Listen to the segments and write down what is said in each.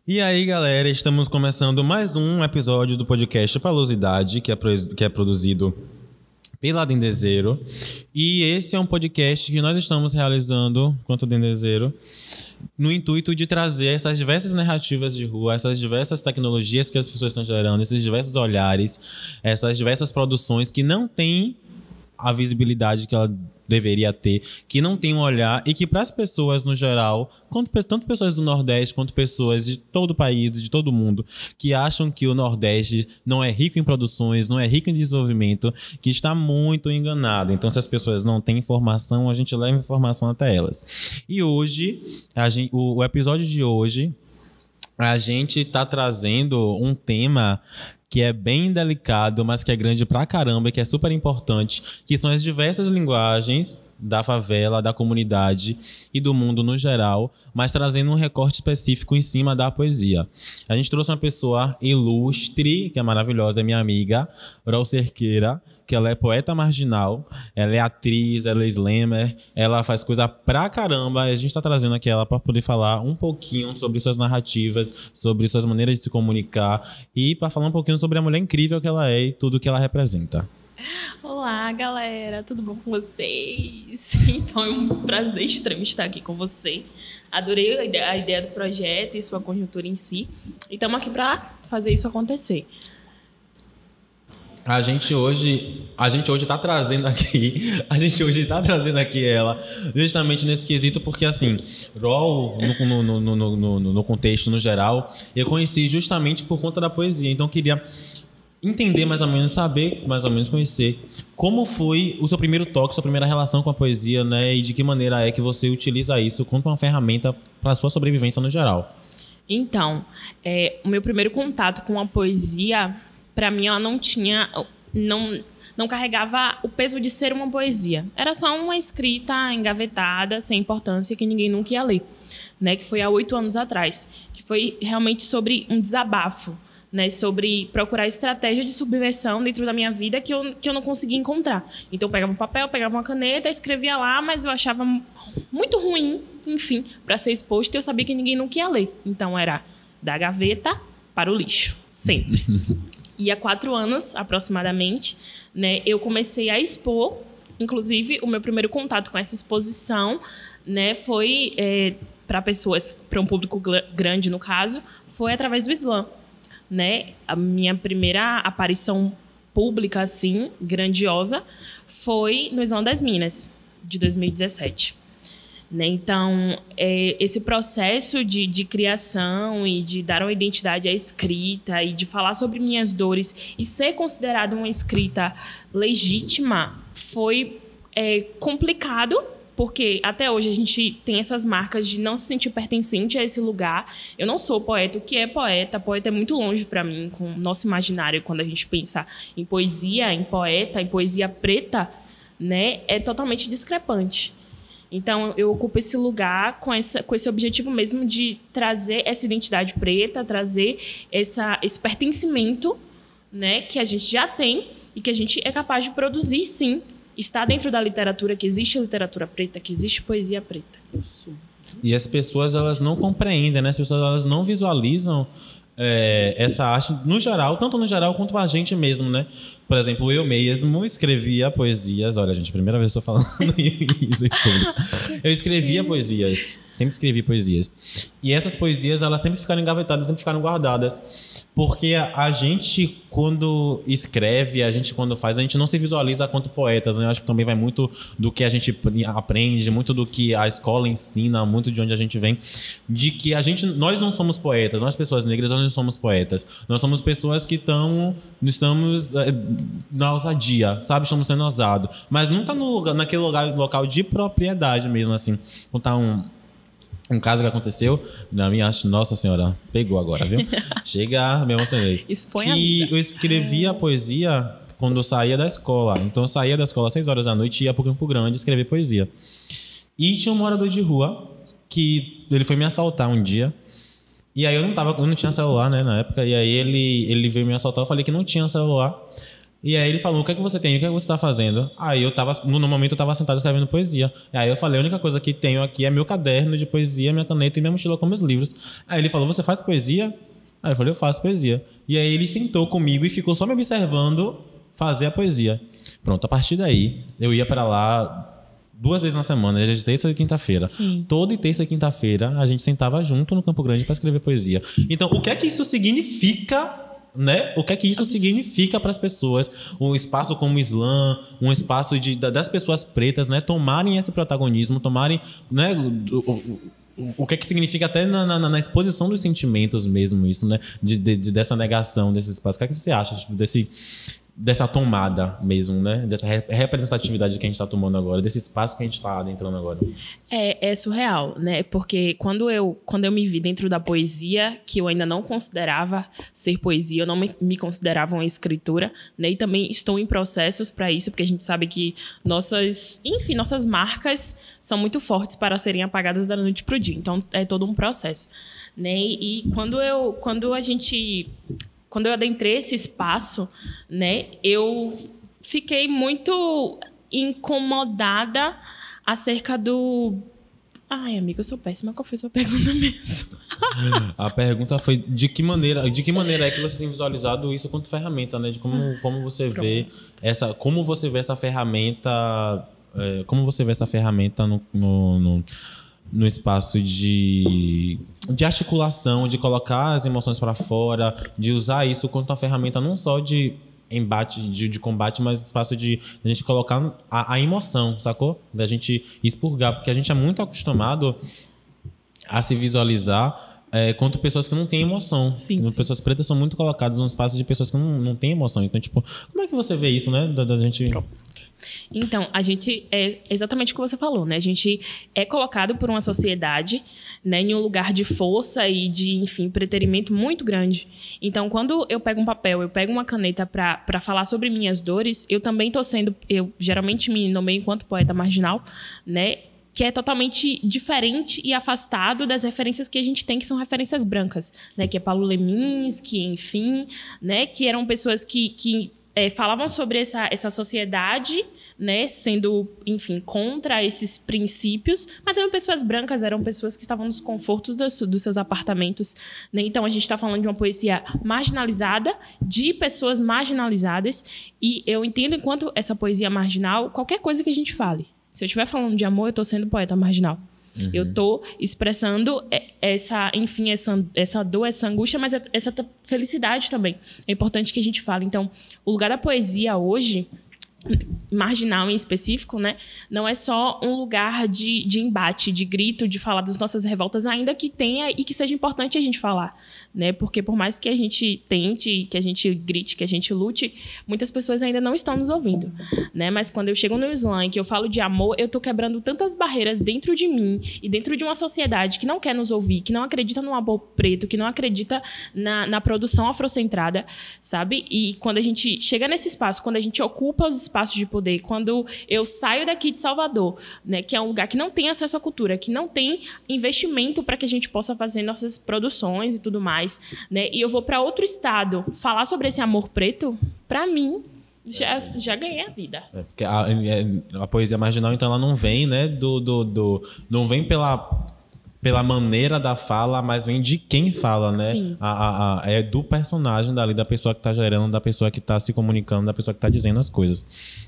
E aí, galera, estamos começando mais um episódio do podcast Palosidade, que é produzido pela Dendezeiro. E esse é um podcast que nós estamos realizando, quanto Dendezeiro, no intuito de trazer essas diversas narrativas de rua, essas diversas tecnologias que as pessoas estão gerando, esses diversos olhares, essas diversas produções que não têm a visibilidade que ela deveria ter, que não tem um olhar e que para as pessoas no geral, tanto pessoas do Nordeste quanto pessoas de todo o país, de todo o mundo, que acham que o Nordeste não é rico em produções, não é rico em desenvolvimento, que está muito enganado. Então, se as pessoas não têm informação, a gente leva informação até elas. E hoje, o episódio de hoje, a gente está trazendo um tema que é bem delicado, mas que é grande pra caramba e que é super importante, que são as diversas linguagens da favela, da comunidade e do mundo no geral, mas trazendo um recorte específico em cima da poesia. A gente trouxe uma pessoa ilustre, que é maravilhosa, é minha amiga, Rol Cerqueira, que ela é poeta marginal, ela é atriz, ela é slammer, ela faz coisa pra caramba, e a gente tá trazendo aqui ela pra poder falar um pouquinho sobre suas narrativas, sobre suas maneiras de se comunicar e pra falar um pouquinho sobre a mulher incrível que ela é e tudo que ela representa. Olá, galera, tudo bom com vocês? Então é um prazer extremo estar aqui com você. Adorei a ideia do projeto e sua conjuntura em si. E estamos aqui para fazer isso acontecer. A gente hoje tá trazendo aqui ela justamente nesse quesito porque, assim, Rol, no contexto, no geral, eu conheci justamente por conta da poesia. Então eu queria entender mais ou menos, saber mais ou menos, conhecer como foi o seu primeiro toque, sua primeira relação com a poesia, né? E de que maneira é que você utiliza isso como uma ferramenta para a sua sobrevivência no geral. Então, o meu primeiro contato com a poesia, para mim, ela não carregava o peso de ser uma poesia. Era só uma escrita engavetada, sem importância, que ninguém nunca ia ler, né? Que foi há 8 anos atrás. Que foi realmente sobre um desabafo, né, sobre procurar estratégia de subversão dentro da minha vida que eu não conseguia encontrar. Então, eu pegava um papel, pegava uma caneta, escrevia lá, mas eu achava muito ruim, enfim, para ser exposto, e eu sabia que ninguém nunca ia ler. Então, era da gaveta para o lixo, sempre. E há 4 anos, aproximadamente, né, eu comecei a expor. Inclusive, o meu primeiro contato com essa exposição, né, foi para um público grande, no caso, foi através do slam. Né? A minha primeira aparição pública, assim, grandiosa, foi no Slam das Minas, de 2017. Né? Então, esse processo de criação e de dar uma identidade à escrita e de falar sobre minhas dores e ser considerada uma escrita legítima foi complicado, porque até hoje a gente tem essas marcas de não se sentir pertencente a esse lugar. Eu não sou poeta. O que é poeta? Poeta é muito longe para mim, com o nosso imaginário, quando a gente pensa em poesia, em poeta, em poesia preta, né, é totalmente discrepante. Então, eu ocupo esse lugar com esse objetivo mesmo de trazer essa identidade preta, trazer esse pertencimento, né, que a gente já tem e que a gente é capaz de produzir, sim. Está dentro da literatura, que existe literatura preta, que existe poesia preta. E as pessoas, elas não compreendem, né? As pessoas, elas não visualizam essa arte no geral, tanto no geral quanto a gente mesmo, né? Por exemplo, eu mesmo escrevia poesias. Olha, gente, primeira vez que eu estou falando isso em público. Eu escrevia poesias, sempre escrevi poesias. E essas poesias, elas sempre ficaram engavetadas, sempre ficaram guardadas. Porque a gente, quando escreve, a gente, quando faz, a gente não se visualiza quanto poetas, né? Eu acho que também vai muito do que a gente aprende, muito do que a escola ensina, muito de onde a gente vem, de que nós não somos poetas, nós pessoas negras, nós não somos poetas. Nós somos pessoas que estamos na ousadia, sabe? Estamos sendo ousados. Mas não está naquele local de propriedade mesmo, assim. Contar um caso que aconteceu, na minha, nossa senhora, pegou agora, viu? Chega, me emocionei. Expõe que eu escrevia poesia quando eu saía da escola. Então eu saía da escola às 6 horas da noite e ia pro Campo Grande escrever poesia. E tinha um morador de rua que ele foi me assaltar um dia. E aí eu não tinha celular, né, na época. E aí ele veio me assaltar, eu falei que não tinha celular. E aí ele falou, o que é que você tem? O que é que você tá fazendo? Aí no momento eu tava sentado escrevendo poesia. E aí eu falei, a única coisa que tenho aqui é meu caderno de poesia, minha caneta e minha mochila com meus livros. Aí ele falou, você faz poesia? Aí eu falei, eu faço poesia. E aí ele sentou comigo e ficou só me observando fazer a poesia. Pronto, a partir daí, eu ia para lá 2 vezes na semana, de terça e quinta-feira. Toda terça e quinta-feira, a gente sentava junto no Campo Grande para escrever poesia. Então, o que é que isso significa, né? O que é que isso significa para as pessoas? Um espaço como o Slam, um espaço das pessoas pretas, né? Tomarem esse protagonismo, tomarem, né? O que é que significa até na exposição dos sentimentos mesmo isso, né? Dessa negação desse espaço. O que é que você acha, tipo, dessa tomada mesmo, né? Dessa representatividade que a gente está tomando agora, desse espaço que a gente está adentrando agora? É surreal, né? Porque quando eu me vi dentro da poesia, que eu ainda não considerava ser poesia, eu não me considerava uma escritora, né? E também estou em processos para isso, porque a gente sabe que nossas marcas são muito fortes para serem apagadas da noite pro dia. Então, é todo um processo, né? E quando eu adentrei esse espaço, né, eu fiquei muito incomodada acerca do... Ai, amiga, eu sou péssima. Qual foi a sua pergunta mesmo? A pergunta foi de que maneira é que você tem visualizado isso quanto ferramenta, né? De como você vê essa ferramenta, como você vê essa ferramenta no espaço de articulação, de colocar as emoções para fora, de usar isso como uma ferramenta não só de embate, de combate, mas espaço de a gente colocar a emoção, sacou? Da gente expurgar, porque a gente é muito acostumado a se visualizar quanto pessoas que não têm emoção. Sim. Pessoas pretas são muito colocadas num espaço de pessoas que não têm emoção. Então, tipo, como é que você vê isso, né? Da gente... Então, a gente é exatamente o que você falou, né? A gente é colocado por uma sociedade, né, em um lugar de força e de, enfim, preterimento muito grande. Então, quando eu pego um papel, eu pego uma caneta para falar sobre minhas dores, eu também estou sendo... Eu geralmente me nomeio enquanto poeta marginal, né? Que é totalmente diferente e afastado das referências que a gente tem, que são referências brancas, né? Que é Paulo Leminski, enfim, né? Que eram pessoas que falavam sobre essa sociedade, né, sendo, enfim, contra esses princípios, mas eram pessoas brancas, eram pessoas que estavam nos confortos dos seus apartamentos, né? Então, a gente está falando de uma poesia marginalizada, de pessoas marginalizadas, e eu entendo, enquanto essa poesia marginal, qualquer coisa que a gente fale. Se eu estiver falando de amor, eu estou sendo poeta marginal. Uhum. Eu estou expressando essa dor, essa angústia, mas essa felicidade também. É importante que a gente fale. Então, o lugar da poesia hoje, marginal em específico, né, não é só um lugar de embate, de grito, de falar das nossas revoltas, ainda que tenha e que seja importante a gente falar, né, porque por mais que a gente tente, que a gente grite, que a gente lute, muitas pessoas ainda não estão nos ouvindo, né, mas quando eu chego no slam, que eu falo de amor, eu tô quebrando tantas barreiras dentro de mim e dentro de uma sociedade que não quer nos ouvir, que não acredita no amor preto, que não acredita na produção afrocentrada, sabe, e quando a gente chega nesse espaço, quando a gente ocupa os espaços de poder, quando eu saio daqui de Salvador, né, que é um lugar que não tem acesso à cultura, que não tem investimento para que a gente possa fazer nossas produções e tudo mais, né, e eu vou para outro estado falar sobre esse amor preto, para mim já ganhei a vida. Porque a poesia marginal, então, ela não vem, né, não vem pela maneira da fala, mas vem de quem fala, né? Sim. É do personagem dali, da pessoa que está gerando, da pessoa que está se comunicando, da pessoa que está dizendo as coisas.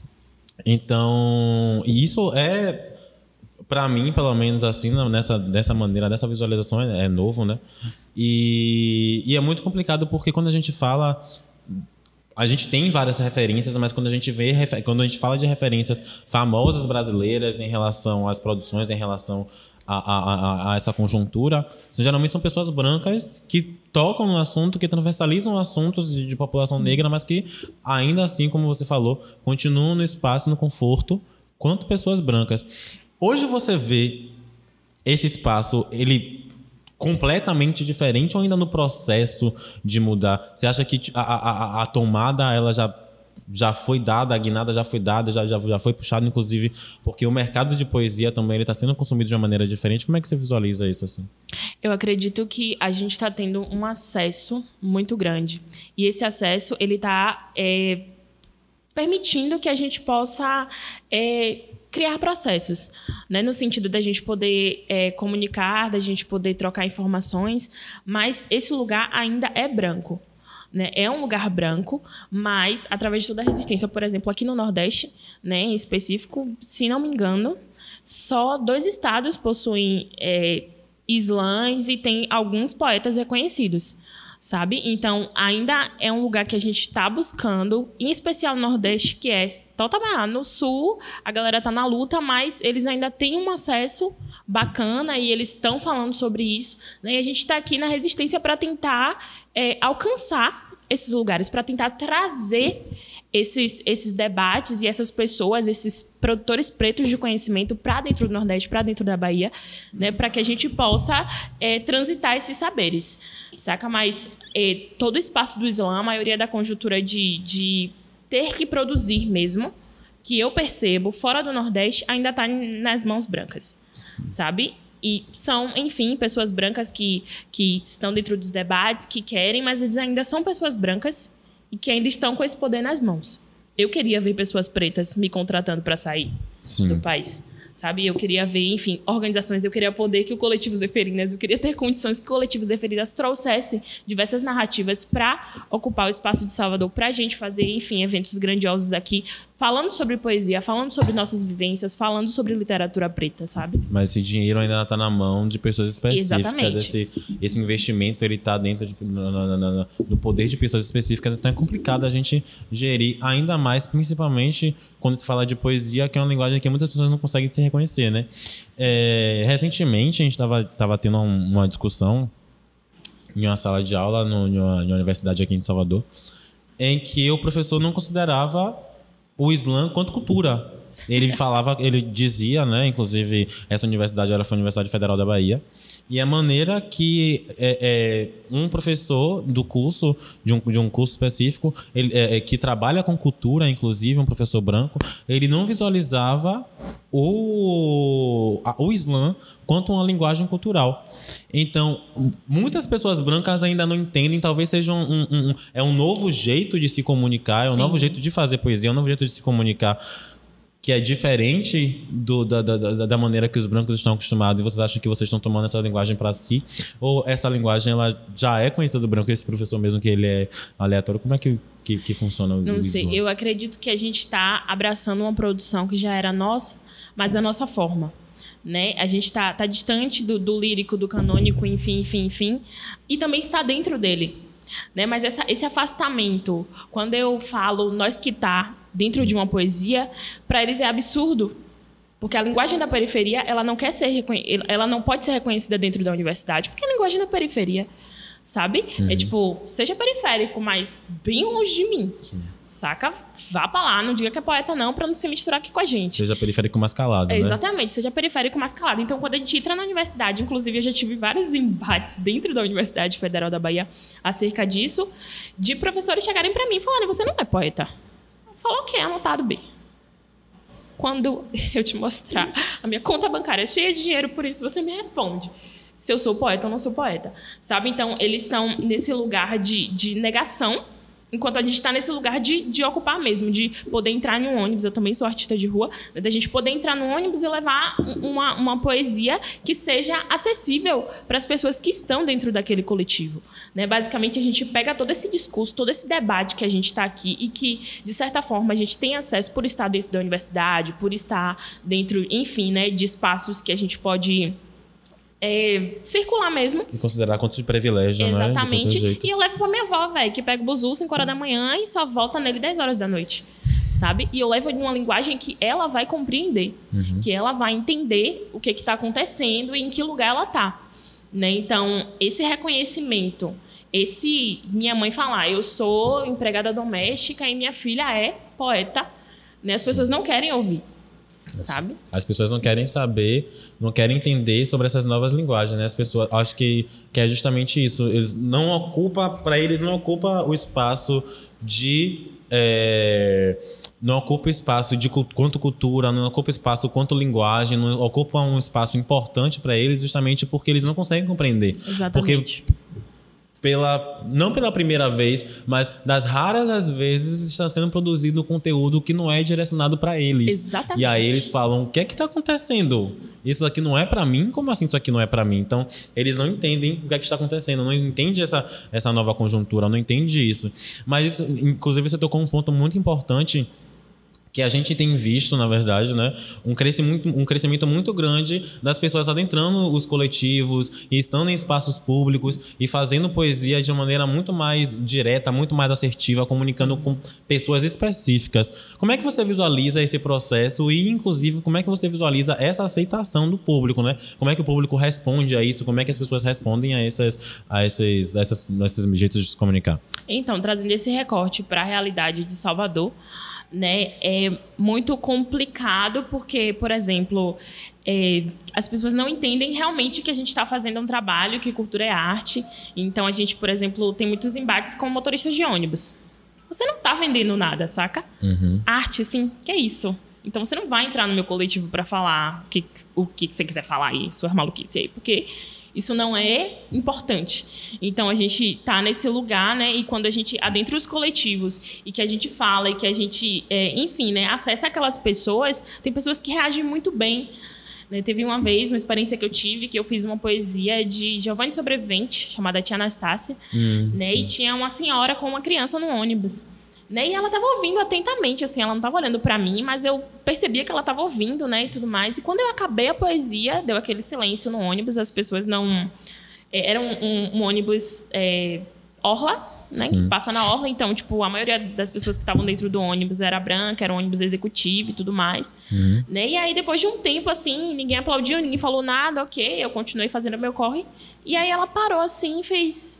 Então, e isso para mim, pelo menos assim, dessa maneira, dessa visualização é novo, né? E é muito complicado porque quando a gente fala... A gente tem várias referências, mas quando a gente fala de referências famosas brasileiras em relação às produções, em relação a essa conjuntura, geralmente são pessoas brancas que tocam no assunto, que transversalizam assuntos de população negra, mas que ainda assim, como você falou, continuam no espaço, no conforto, quanto pessoas brancas. Hoje você vê esse espaço, ele completamente diferente ou ainda no processo de mudar? Você acha que a tomada ela já foi dada, a guinada já foi dada, já foi puxada, inclusive, porque o mercado de poesia também está sendo consumido de uma maneira diferente? Como é que você visualiza isso assim? Eu acredito que a gente está tendo um acesso muito grande. E esse acesso, ele está permitindo que a gente possa criar processos, né? No sentido da gente poder comunicar, da gente poder trocar informações, mas esse lugar ainda é branco. Né? É um lugar branco, mas através de toda a resistência, por exemplo, aqui no Nordeste, né, em específico, se não me engano, só 2 estados possuem slams e tem alguns poetas reconhecidos, sabe? Então, ainda é um lugar que a gente está buscando, em especial no Nordeste, que é totalmente no Sul, a galera está na luta, mas eles ainda têm um acesso bacana e eles estão falando sobre isso, né? E a gente está aqui na resistência para tentar alcançar esses lugares, para tentar trazer esses debates e essas pessoas, esses produtores pretos de conhecimento para dentro do Nordeste, para dentro da Bahia, né, para que a gente possa transitar esses saberes, saca? Mas todo o espaço do Islã, a maioria da conjuntura de ter que produzir mesmo, que eu percebo, fora do Nordeste, ainda está nas mãos brancas, sabe? E são, enfim, pessoas brancas que estão dentro dos debates, que querem, mas eles ainda são pessoas brancas e que ainda estão com esse poder nas mãos. Eu queria ver pessoas pretas me contratando para sair do país, sabe? Eu queria ver, enfim, organizações, eu queria poder que o Coletivo Zeferinas, eu queria ter condições que o Coletivo Zeferinas trouxesse diversas narrativas para ocupar o espaço de Salvador, para a gente fazer, enfim, eventos grandiosos aqui, falando sobre poesia, falando sobre nossas vivências, falando sobre literatura preta, sabe? Mas esse dinheiro ainda está na mão de pessoas específicas. Exatamente. Esse investimento ele está dentro do poder de pessoas específicas. Então é complicado a gente gerir ainda mais, principalmente quando se fala de poesia, que é uma linguagem que muitas pessoas não conseguem se reconhecer, né? Recentemente a gente estava tendo uma discussão em uma sala de aula em uma universidade aqui em Salvador, em que o professor não considerava o Islã quanto cultura. Ele dizia, né, inclusive essa universidade foi a Universidade Federal da Bahia, e a maneira que um professor do curso, de um curso específico, que trabalha com cultura, inclusive um professor branco, ele não visualizava o Islã quanto uma linguagem cultural. Então, muitas pessoas brancas ainda não entendem, talvez seja um novo jeito de se comunicar, um novo jeito de fazer poesia, um novo jeito de se comunicar, que é diferente da maneira que os brancos estão acostumados, e vocês acham que vocês estão tomando essa linguagem para si? Ou essa linguagem ela já é conhecida do branco, esse professor mesmo que ele é aleatório? Como é que funciona o Islã? Não sei, eu acredito que a gente está abraçando uma produção que já era nossa, mas da nossa forma. Né? A gente tá distante do lírico, do canônico, enfim, e também está dentro dele. Né? Mas esse afastamento, quando eu falo nós que tá dentro de uma poesia, para eles é absurdo. Porque a linguagem da periferia, ela não pode ser reconhecida dentro da universidade, porque é a linguagem da periferia, sabe? É tipo, seja periférico, mas bem longe de mim. Sim. Saca? Vá pra lá, não diga que é poeta não, pra não se misturar aqui com a gente. Seja periférico mais calado, né? Exatamente, seja periférico mais calado. Então, quando a gente entra na universidade, inclusive eu já tive vários embates dentro da Universidade Federal da Bahia acerca disso, de professores chegarem pra mim e falarem, você não é poeta. Falou ok, anotado B. Quando eu te mostrar a minha conta bancária cheia de dinheiro, por isso você me responde se eu sou poeta ou não sou poeta. Sabe? Então, eles estão nesse lugar de negação, enquanto a gente está nesse lugar de ocupar mesmo, de poder entrar em um ônibus. Eu também sou artista de rua, né, da gente poder entrar no ônibus e levar uma poesia que seja acessível para as pessoas que estão dentro daquele coletivo. Né? Basicamente, a gente pega todo esse discurso, todo esse debate que a gente está aqui e que, de certa forma, a gente tem acesso por estar dentro da universidade, por estar dentro, enfim, né, de espaços que a gente pode circular mesmo. E considerar quanto de privilégio, exatamente, né? E eu levo pra minha avó, velho, que pega o buzu 5 horas da manhã e só volta nele 10 horas da noite, sabe? E eu levo em uma linguagem que ela vai compreender, que ela vai entender o que tá acontecendo e em que lugar ela tá, né? Então, esse reconhecimento, minha mãe falar, eu sou empregada doméstica e minha filha é poeta, né? As pessoas não querem ouvir. Sabe? As pessoas não querem saber, não querem entender sobre essas novas linguagens, né? As pessoas, acho que é justamente isso. Eles não ocupam o espaço não ocupa espaço quanto cultura, não ocupa espaço quanto linguagem, não ocupa um espaço importante para eles, justamente porque eles não conseguem compreender. Exatamente. Porque não pela primeira vez, mas das raras às vezes está sendo produzido conteúdo que não é direcionado para eles. Exatamente. E aí eles falam, o que é que está acontecendo? Isso aqui não é para mim? Como assim isso aqui não é para mim? Então, eles não entendem o que é que está acontecendo, não entendem essa nova conjuntura, não entendem isso. Mas, inclusive, você tocou um ponto muito importante que a gente tem visto, na verdade, né, um crescimento muito grande das pessoas adentrando os coletivos e estando em espaços públicos e fazendo poesia de uma maneira muito mais direta, muito mais assertiva, comunicando com pessoas específicas. Como é que você visualiza esse processo e, inclusive, como é que você visualiza essa aceitação do público, né? Como é que o público responde a isso? Como é que as pessoas respondem a esses jeitos de se comunicar? Então, trazendo esse recorte para a realidade de Salvador, né, é muito complicado porque, por exemplo, as pessoas não entendem realmente que a gente está fazendo um trabalho, que cultura é arte. Então, a gente, por exemplo, tem muitos embates com motoristas de ônibus. Você não está vendendo nada, saca? Uhum. Arte, assim, que é isso? Então, você não vai entrar no meu coletivo para falar o que você quiser falar aí, suas maluquices aí, porque isso não é importante. Então, a gente está nesse lugar, né? E quando a gente adentra os coletivos e que a gente fala e que a gente, enfim, né, acessa aquelas pessoas, tem pessoas que reagem muito bem. Né? Teve uma vez, uma experiência que eu tive, que eu fiz uma poesia de Giovanni Sobrevivente, chamada Tia Anastácia, né? E tinha uma senhora com uma criança no ônibus. Né? E ela estava ouvindo atentamente, assim, ela não estava olhando para mim, mas eu percebia que ela estava ouvindo, né, e tudo mais. E quando eu acabei a poesia, deu aquele silêncio no ônibus, as pessoas não... Era um ônibus orla, né, que passa na orla, então, tipo, a maioria das pessoas que estavam dentro do ônibus era branca, era um ônibus executivo e tudo mais. Né? E aí, depois de um tempo, assim, ninguém aplaudiu, ninguém falou nada, ok, eu continuei fazendo o meu corre. E aí ela parou, assim, e fez...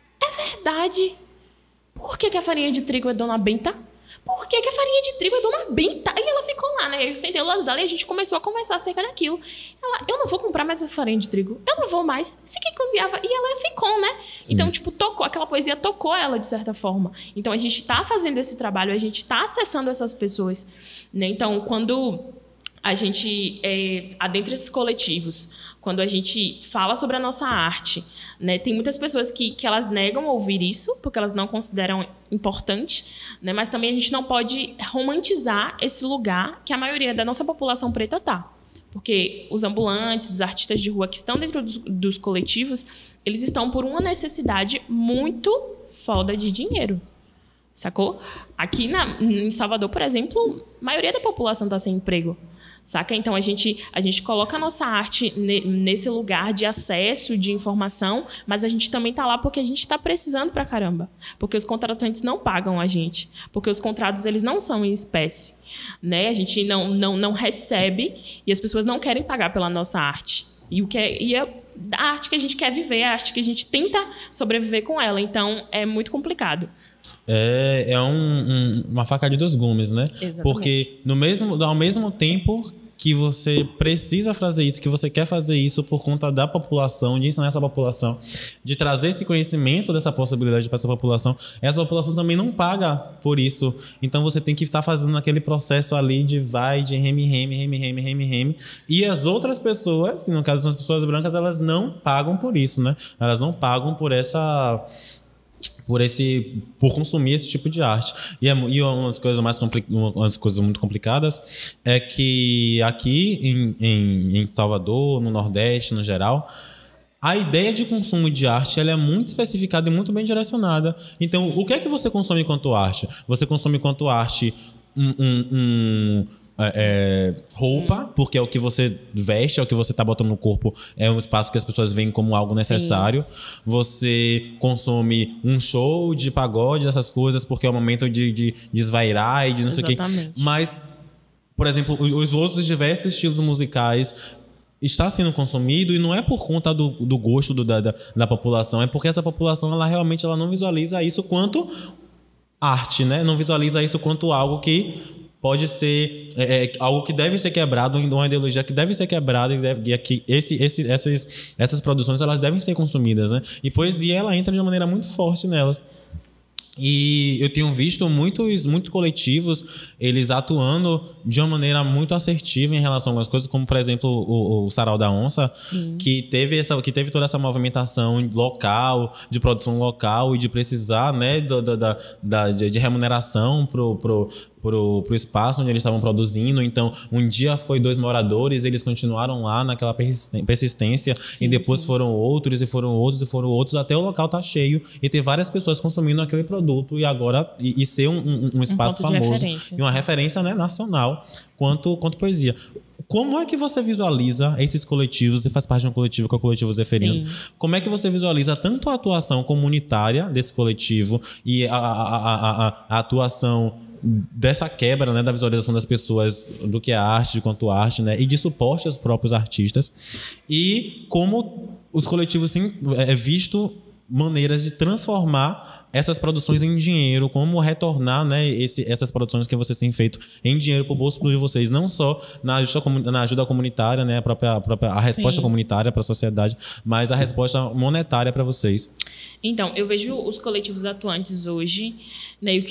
É verdade... Por que a farinha de trigo é Dona Benta? Por que a farinha de trigo é Dona Benta? E ela ficou lá, né? Eu sentei ao lado dela e a gente começou a conversar acerca daquilo. Ela, eu não vou comprar mais a farinha de trigo. Eu não vou mais. Você que cozinhava. E ela ficou, né? Sim. Então, tipo, aquela poesia tocou ela de certa forma. Então, a gente tá fazendo esse trabalho, a gente tá acessando essas pessoas, né? Então, quando a gente adentra esses coletivos, quando a gente fala sobre a nossa arte, né, tem muitas pessoas que elas negam ouvir isso, porque elas não consideram importante, né, mas também a gente não pode romantizar esse lugar que a maioria da nossa população preta tá. Porque os ambulantes, os artistas de rua que estão dentro dos coletivos, eles estão por uma necessidade muito foda de dinheiro. Sacou? Aqui em Salvador, por exemplo, a maioria da população está sem emprego. Saca? Então, a gente coloca a nossa arte nesse lugar de acesso, de informação, mas a gente também está lá porque a gente está precisando pra caramba. Porque os contratantes não pagam a gente. Porque os contratos, eles não são em espécie. Né? A gente não recebe e as pessoas não querem pagar pela nossa arte. E é a arte que a gente quer viver, a arte que a gente tenta sobreviver com ela. Então, é muito complicado. É uma faca de dois gumes, né? Exatamente. Porque ao mesmo tempo que você precisa fazer isso, que você quer fazer isso por conta da população, de ensinar essa população, de trazer esse conhecimento dessa possibilidade para essa população também não paga por isso. Então você tem que estar fazendo aquele processo ali de reme. E as outras pessoas, que no caso são as pessoas brancas, elas não pagam por isso, né? Elas não pagam por consumir esse tipo de arte. E umas coisas muito complicadas é que aqui em Salvador, no Nordeste, no geral, a ideia de consumo de arte ela é muito especificada e muito bem direcionada. Então, o que é que você consome enquanto arte? Você consome enquanto arte roupa, porque é o que você veste, é o que você está botando no corpo, é um espaço que as pessoas veem como algo necessário. Sim. Você consome um show de pagode, essas coisas, porque é o momento de esvairar e de não sei o quê. Mas, por exemplo, os outros diversos estilos musicais está sendo consumido e não é por conta do gosto da população, é porque essa população ela realmente não visualiza isso quanto arte, né? Não visualiza isso quanto algo que pode ser algo que deve ser quebrado, uma ideologia que deve ser quebrada e que essas produções elas devem ser consumidas, né? E poesia ela entra de uma maneira muito forte nelas. E eu tenho visto muitos coletivos, eles atuando de uma maneira muito assertiva em relação a algumas coisas, como, por exemplo, o Sarau da Onça, que teve toda essa movimentação local, de produção local e de precisar, né, de remuneração pro espaço onde eles estavam produzindo. Então, um dia foi 2 moradores, eles continuaram lá naquela persistência, e depois foram outros, e foram outros, e foram outros, até o local tá cheio e ter várias pessoas consumindo aquele produto, e agora e ser um espaço famoso e uma referência, né, nacional quanto poesia. Como é que você visualiza esses coletivos? Você faz parte de um coletivo, que é o Coletivo Zeferinos. Como é que você visualiza tanto a atuação comunitária desse coletivo e a atuação dessa quebra, né, da visualização das pessoas do que é arte, quanto arte, né, e de suporte aos próprios artistas, e como os coletivos têm visto maneiras de transformar essas produções em dinheiro, como retornar, né, essas produções que vocês têm feito em dinheiro para o bolso de vocês, não só na ajuda comunitária, né, a resposta comunitária para a sociedade, mas a resposta monetária para vocês. Então, eu vejo os coletivos atuantes hoje, né, e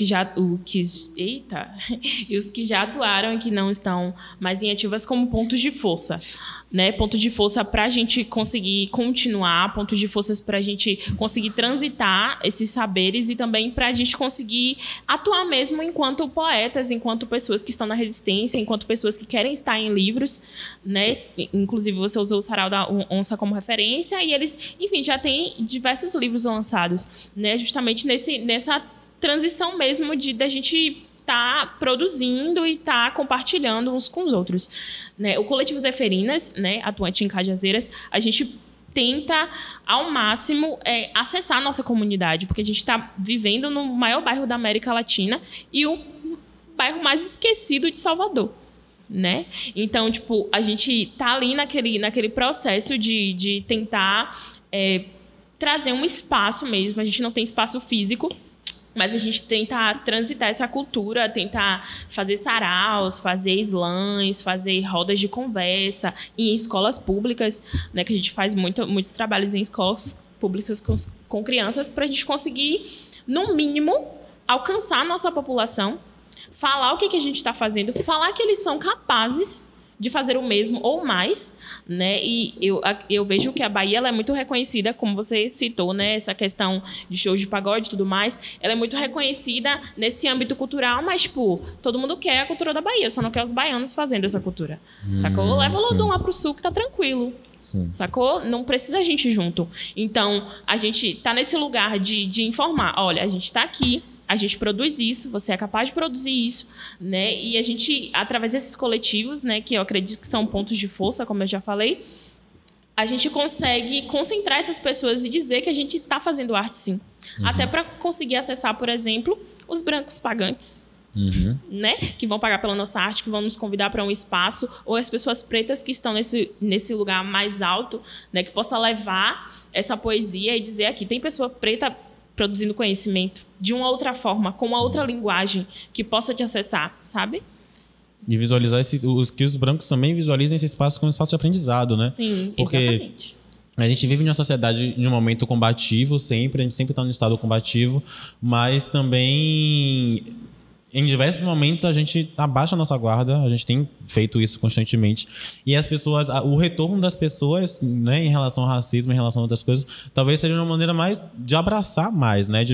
os que já atuaram e que não estão mais em ativas como pontos de força, né? Ponto de força para a gente conseguir continuar, pontos de força para a gente conseguir transitar esses saberes e também para a gente conseguir atuar mesmo enquanto poetas, enquanto pessoas que estão na resistência, enquanto pessoas que querem estar em livros, né? Inclusive, você usou o Sarau da Onça como referência e eles, enfim, já têm diversos livros lançados, né? Justamente nessa transição mesmo da gente tá produzindo e tá compartilhando uns com os outros, né? O Coletivo Zeferinas, né, atuante em Cajazeiras, a gente tenta ao máximo acessar a nossa comunidade, porque a gente está vivendo no maior bairro da América Latina e o bairro mais esquecido de Salvador, né? Então, tipo, a gente tá ali naquele processo de tentar trazer um espaço mesmo. A gente não tem espaço físico, mas a gente tenta transitar essa cultura, tentar fazer saraus, fazer slams, fazer rodas de conversa em escolas públicas, né, que a gente faz muitos trabalhos em escolas públicas com crianças para a gente conseguir, no mínimo, alcançar a nossa população, falar o que a gente está fazendo, falar que eles são capazes de fazer o mesmo ou mais, né? E eu vejo que a Bahia ela é muito reconhecida, como você citou, né? Essa questão de shows de pagode e tudo mais, ela é muito reconhecida nesse âmbito cultural, mas, tipo, todo mundo quer a cultura da Bahia, só não quer os baianos fazendo essa cultura. Sacou? Leva o Lodum lá pro sul que tá tranquilo. Sim. Sacou? Não precisa a gente junto. Então, a gente tá nesse lugar de informar. Olha, a gente tá aqui, a gente produz isso, você é capaz de produzir isso, né? E a gente, através desses coletivos, né, que eu acredito que são pontos de força, como eu já falei, a gente consegue concentrar essas pessoas e dizer que a gente está fazendo arte, sim. Até para conseguir acessar, por exemplo, os brancos pagantes, né? Que vão pagar pela nossa arte, que vão nos convidar para um espaço, ou as pessoas pretas que estão nesse lugar mais alto, né? Que possa levar essa poesia e dizer aqui, tem pessoa preta produzindo conhecimento de uma outra forma, com uma outra linguagem que possa te acessar, sabe? E visualizar que os brancos também visualizem esse espaço como um espaço de aprendizado, né? Sim, porque exatamente. A gente vive em uma sociedade de um momento combativo sempre, a gente sempre está no estado combativo, mas também em diversos momentos a gente abaixa a nossa guarda, a gente tem feito isso constantemente. E as pessoas, o retorno das pessoas, né, em relação ao racismo, em relação a outras coisas, talvez seja uma maneira mais de abraçar mais, né,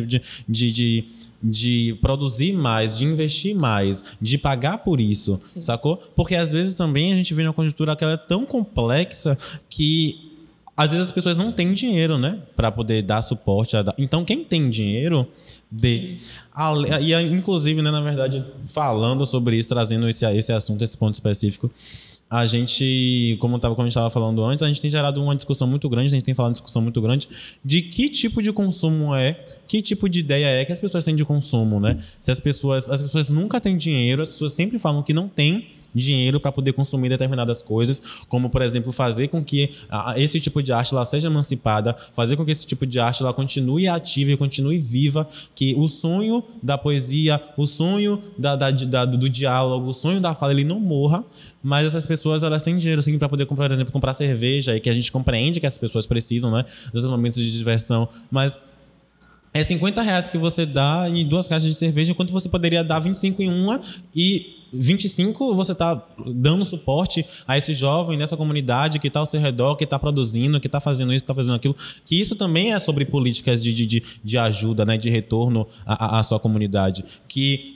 de produzir mais, de investir mais, de pagar por isso, sacou? Porque às vezes também a gente vê uma conjuntura que ela é tão complexa que às vezes as pessoas não têm dinheiro, né, para poder dar suporte. Então, quem tem dinheiro, dê. E, inclusive, né, na verdade, falando sobre isso, trazendo esse assunto, esse ponto específico, a gente, como a gente estava falando antes, a gente tem gerado uma discussão muito grande, a gente tem falado uma discussão muito grande de que tipo de consumo que tipo de ideia é que as pessoas têm de consumo, né? Se as pessoas nunca têm dinheiro, as pessoas sempre falam que não têm dinheiro para poder consumir determinadas coisas, como, por exemplo, fazer com que esse tipo de arte ela seja emancipada, fazer com que esse tipo de arte ela continue ativa e continue viva, que o sonho da poesia, o sonho do diálogo, o sonho da fala, ele não morra, mas essas pessoas elas têm dinheiro sim para poder, por exemplo, comprar cerveja, e que a gente compreende que as pessoas precisam, né, dos momentos de diversão, mas É R$50 que você dá em 2 caixas de cerveja, enquanto você poderia dar 25 em uma e 25 você está dando suporte a esse jovem nessa comunidade que está ao seu redor, que está produzindo, que está fazendo isso, que está fazendo aquilo. Que isso também é sobre políticas de ajuda, né, de retorno à sua comunidade. Que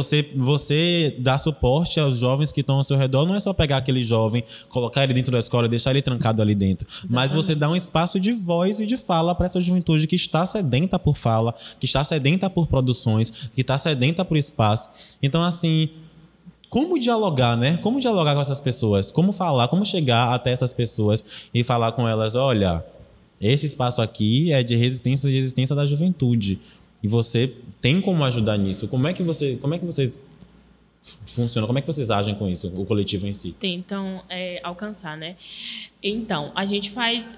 você dá suporte aos jovens que estão ao seu redor, não é só pegar aquele jovem, colocar ele dentro da escola e deixar ele trancado ali dentro. Exatamente. Mas você dá um espaço de voz e de fala para essa juventude que está sedenta por fala, que está sedenta por produções, que está sedenta por espaço. Então, assim, como dialogar, né? Como dialogar com essas pessoas? Como falar, como chegar até essas pessoas e falar com elas, olha, esse espaço aqui é de resistência da juventude. E você tem como ajudar nisso. Como é que vocês funcionam? Como é que vocês agem com isso, o coletivo em si? Tentam alcançar, né? Então, a gente faz...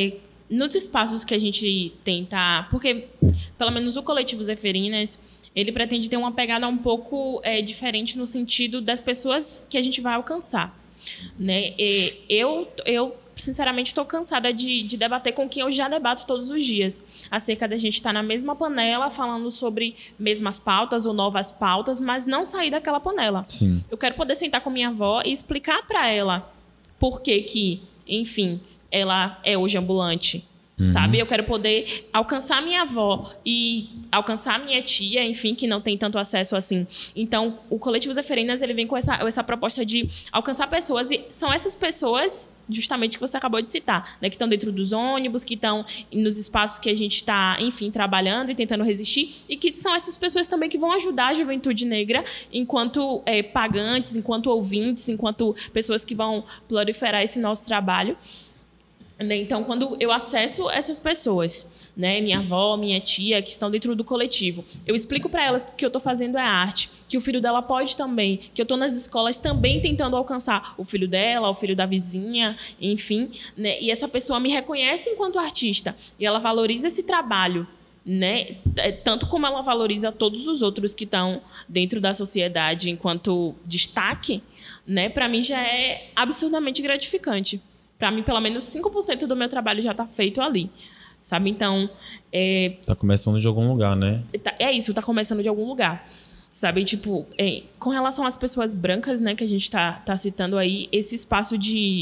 nos espaços que a gente tenta... Porque, pelo menos o coletivo Zeferinas, ele pretende ter uma pegada um pouco diferente no sentido das pessoas que a gente vai alcançar, né? Eu sinceramente, estou cansada de debater com quem eu já debato todos os dias, acerca da gente estar na mesma panela, falando sobre mesmas pautas ou novas pautas, mas não sair daquela panela. Sim. Eu quero poder sentar com minha avó e explicar para ela por que, enfim, ela é hoje ambulante. Sabe? Eu quero poder alcançar minha avó e alcançar minha tia, enfim, que não tem tanto acesso assim. Então, o Coletivo Zeferinas, ele vem com essa proposta de alcançar pessoas, e são essas pessoas, justamente, que você acabou de citar, né? Que estão dentro dos ônibus, que estão nos espaços que a gente está, enfim, trabalhando e tentando resistir, e que são essas pessoas também que vão ajudar a juventude negra enquanto pagantes, enquanto ouvintes, enquanto pessoas que vão proliferar esse nosso trabalho. Então, quando eu acesso essas pessoas, né, minha avó, minha tia, que estão dentro do coletivo, eu explico para elas que o que eu estou fazendo é arte, que o filho dela pode também, que eu estou nas escolas também tentando alcançar o filho dela, o filho da vizinha, enfim, né, e essa pessoa me reconhece enquanto artista e ela valoriza esse trabalho, né, tanto como ela valoriza todos os outros que estão dentro da sociedade enquanto destaque, né, para mim já é absurdamente gratificante. Para mim, pelo menos 5% do meu trabalho já está feito ali, sabe? Então... Tá começando de algum lugar, né? Tá começando de algum lugar, sabe? Tipo, com relação às pessoas brancas, né, que a gente tá citando aí, esse espaço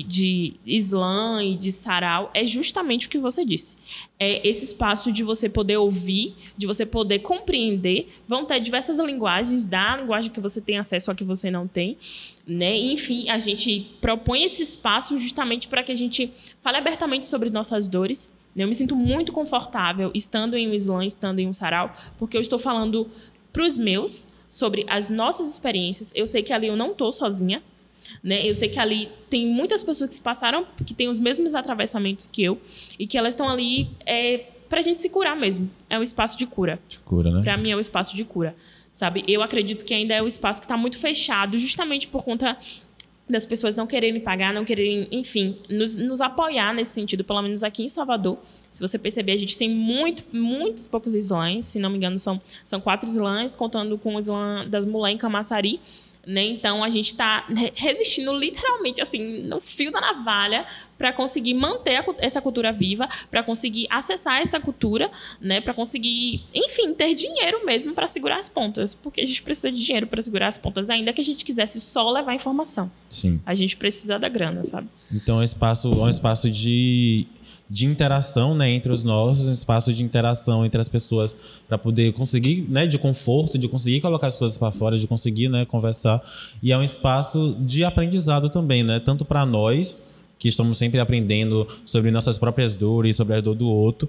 de slam e de sarau é justamente o que você disse. É esse espaço de você poder ouvir, de você poder compreender. Vão ter diversas linguagens, da linguagem que você tem acesso a que você não tem, né? Enfim, a gente propõe esse espaço justamente para que a gente fale abertamente sobre nossas dores. Eu me sinto muito confortável estando em um slam, estando em um sarau, porque eu estou falando para os meus sobre as nossas experiências. Eu sei que ali eu não estou sozinha, né? Eu sei que ali tem muitas pessoas que passaram, que têm os mesmos atravessamentos que eu, e que elas estão ali para a gente se curar mesmo. É um espaço de cura. De cura, né? Para mim é um espaço de cura, sabe? Eu acredito que ainda é um espaço que está muito fechado, justamente por conta das pessoas não quererem pagar, não quererem, enfim, nos apoiar nesse sentido, pelo menos aqui em Salvador. Se você perceber, a gente tem muitos poucos slams, se não me engano, são 4 slams, contando com o slam das mulheres em Camaçari, né? Então, a gente está resistindo literalmente, assim, no fio da navalha para conseguir manter essa cultura viva, para conseguir acessar essa cultura, né? Para conseguir, enfim, ter dinheiro mesmo para segurar as pontas, porque a gente precisa de dinheiro para segurar as pontas, ainda que a gente quisesse só levar informação. Sim. A gente precisa da grana, sabe? Então, é um espaço de interação, né, entre os nossos, um espaço de interação entre as pessoas para poder conseguir, né, de conforto, de conseguir colocar as coisas para fora, de conseguir, né, conversar. E é um espaço de aprendizado também, né, tanto para nós, que estamos sempre aprendendo sobre nossas próprias dores, sobre a dor do outro,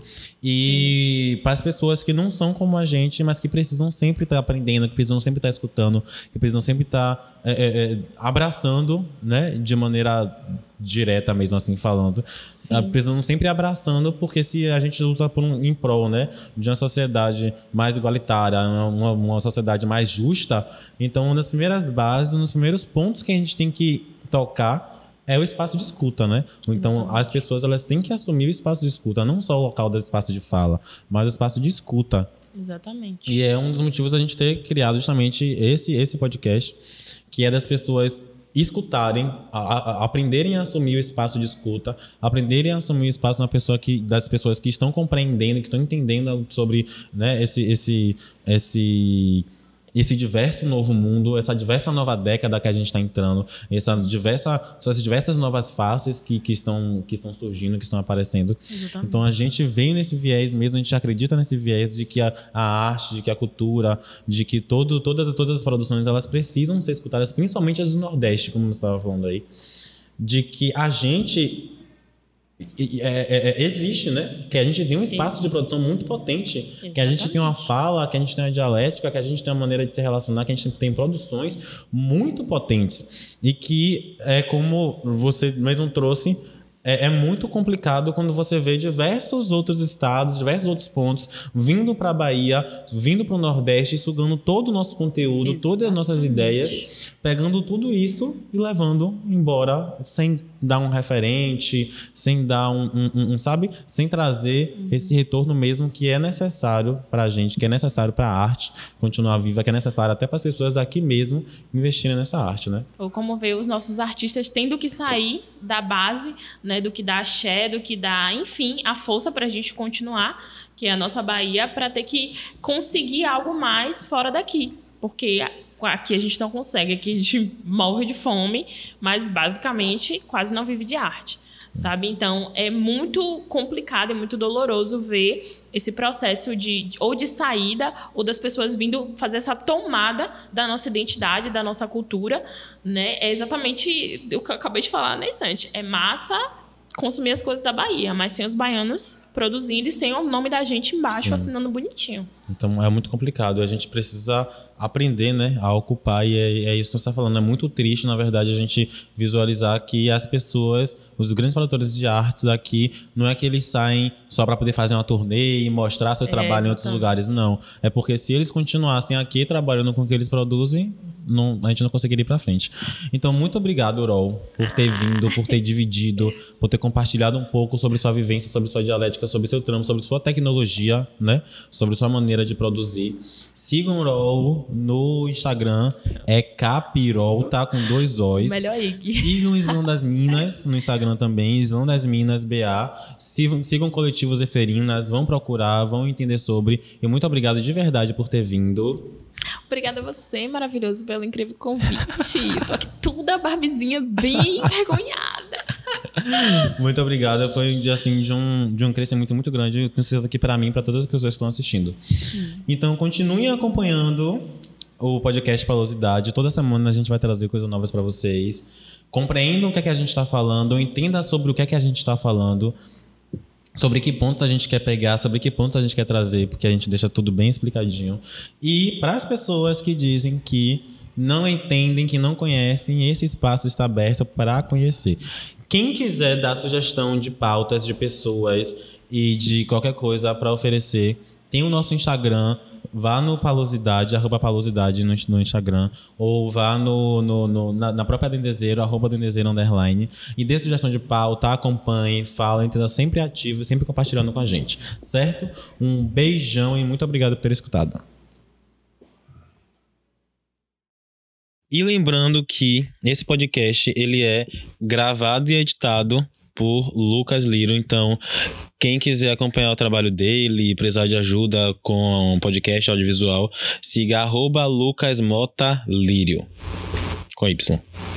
e para as pessoas que não são como a gente, mas que precisam sempre estar aprendendo, que precisam sempre estar escutando, que precisam sempre estar abraçando, né, de maneira direta mesmo, assim falando. Precisam sempre abraçando, porque se a gente luta em prol, né, de uma sociedade mais igualitária, uma sociedade mais justa, então uma das primeiras bases, um dos primeiros pontos que a gente tem que tocar é o espaço de escuta, né? Então, as pessoas, elas têm que assumir o espaço de escuta, não só o local do espaço de fala, mas o espaço de escuta. Exatamente. E é um dos motivos da gente ter criado justamente esse podcast, que é das pessoas escutarem, aprenderem a assumir o espaço de escuta, aprenderem a assumir o espaço das pessoas que estão compreendendo, que estão entendendo sobre, né, esse diverso novo mundo, essa diversa nova década que a gente está entrando, essas diversas novas faces que estão surgindo, que estão aparecendo. Exatamente. Então a gente vem nesse viés mesmo, a gente acredita nesse viés de que a arte, de que a cultura, de que todas as produções elas precisam ser escutadas, principalmente as do Nordeste, como você estava falando aí, de que a gente existe, né? Que a gente tem um espaço de produção muito potente. Exatamente. Que a gente tem uma fala, que a gente tem uma dialética, que a gente tem uma maneira de se relacionar, que a gente tem produções muito potentes. E que, como você mesmo trouxe, é muito complicado quando você vê diversos outros estados, diversos outros pontos vindo para a Bahia, vindo para o Nordeste, sugando todo o nosso conteúdo, exatamente, todas as nossas ideias, pegando tudo isso e levando embora sem dar um referente, sem dar sabe? Sem trazer esse retorno mesmo que é necessário para a gente, que é necessário para a arte continuar viva, que é necessário até para as pessoas daqui mesmo investirem nessa arte, né? Ou como ver os nossos artistas tendo que sair da base, né, do que dá axé, do que dá, enfim, a força para a gente continuar, que é a nossa Bahia, para ter que conseguir algo mais fora daqui. Porque aqui a gente não consegue, aqui a gente morre de fome, mas basicamente quase não vive de arte, sabe? Então é muito complicado, é muito doloroso ver esse processo ou de saída, ou das pessoas vindo fazer essa tomada da nossa identidade, da nossa cultura, né? É exatamente o que eu acabei de falar, né, Santi? É massa consumir as coisas da Bahia, mas sem os baianos produzindo e sem o nome da gente embaixo, sim, assinando bonitinho. Então é muito complicado, a gente precisa aprender, né, a ocupar, e é isso que você está falando. É muito triste, na verdade, a gente visualizar que as pessoas, os grandes produtores de artes aqui, não é que eles saem só para poder fazer uma turnê e mostrar seus trabalhos em outros lugares, não. É porque se eles continuassem aqui trabalhando com o que eles produzem, a gente não conseguiria ir para frente. Então, muito obrigado, Urol, por ter vindo, por ter dividido, por ter compartilhado um pouco sobre sua vivência, sobre sua dialética, sobre seu trampo, sobre sua tecnologia, né? Sobre sua maneira de produzir. Sigam o Urol no Instagram, é Capirol, tá? Com 2 O's. Melhor aí. Sigam Islã das Minas no Instagram também, Islã das Minas BA. Sigam coletivos Eferinas, vão procurar, vão entender sobre. E muito obrigado de verdade por ter vindo. Obrigada a você, maravilhoso, pelo incrível convite. Eu tô aqui toda barbizinha, bem envergonhada. Muito obrigado. Foi assim, de um crescimento muito grande. Eu tenho certeza que para mim e para todas as pessoas que estão assistindo. Então, continuem acompanhando o podcast Palosidade. Toda semana a gente vai trazer coisas novas para vocês. Compreendam o que é que a gente está falando, entenda sobre o que é que a gente está falando, sobre que pontos a gente quer pegar, sobre que pontos a gente quer trazer, porque a gente deixa tudo bem explicadinho. E para as pessoas que dizem que não entendem, que não conhecem, esse espaço está aberto para conhecer. Quem quiser dar sugestão de pautas de pessoas e de qualquer coisa para oferecer, tem o nosso Instagram. Vá no Palosidade, @Palosidade no Instagram, ou vá na própria Dendezeiro, @Dendezeiro_, e dê sugestão de pauta, acompanhe, fala, entenda, sempre ativo, sempre compartilhando com a gente, certo? Um beijão e muito obrigado por ter escutado. E lembrando que esse podcast ele é gravado e editado por Lucas Lírio. Então, quem quiser acompanhar o trabalho dele e precisar de ajuda com podcast audiovisual, siga @LucasMotaLírio com Y.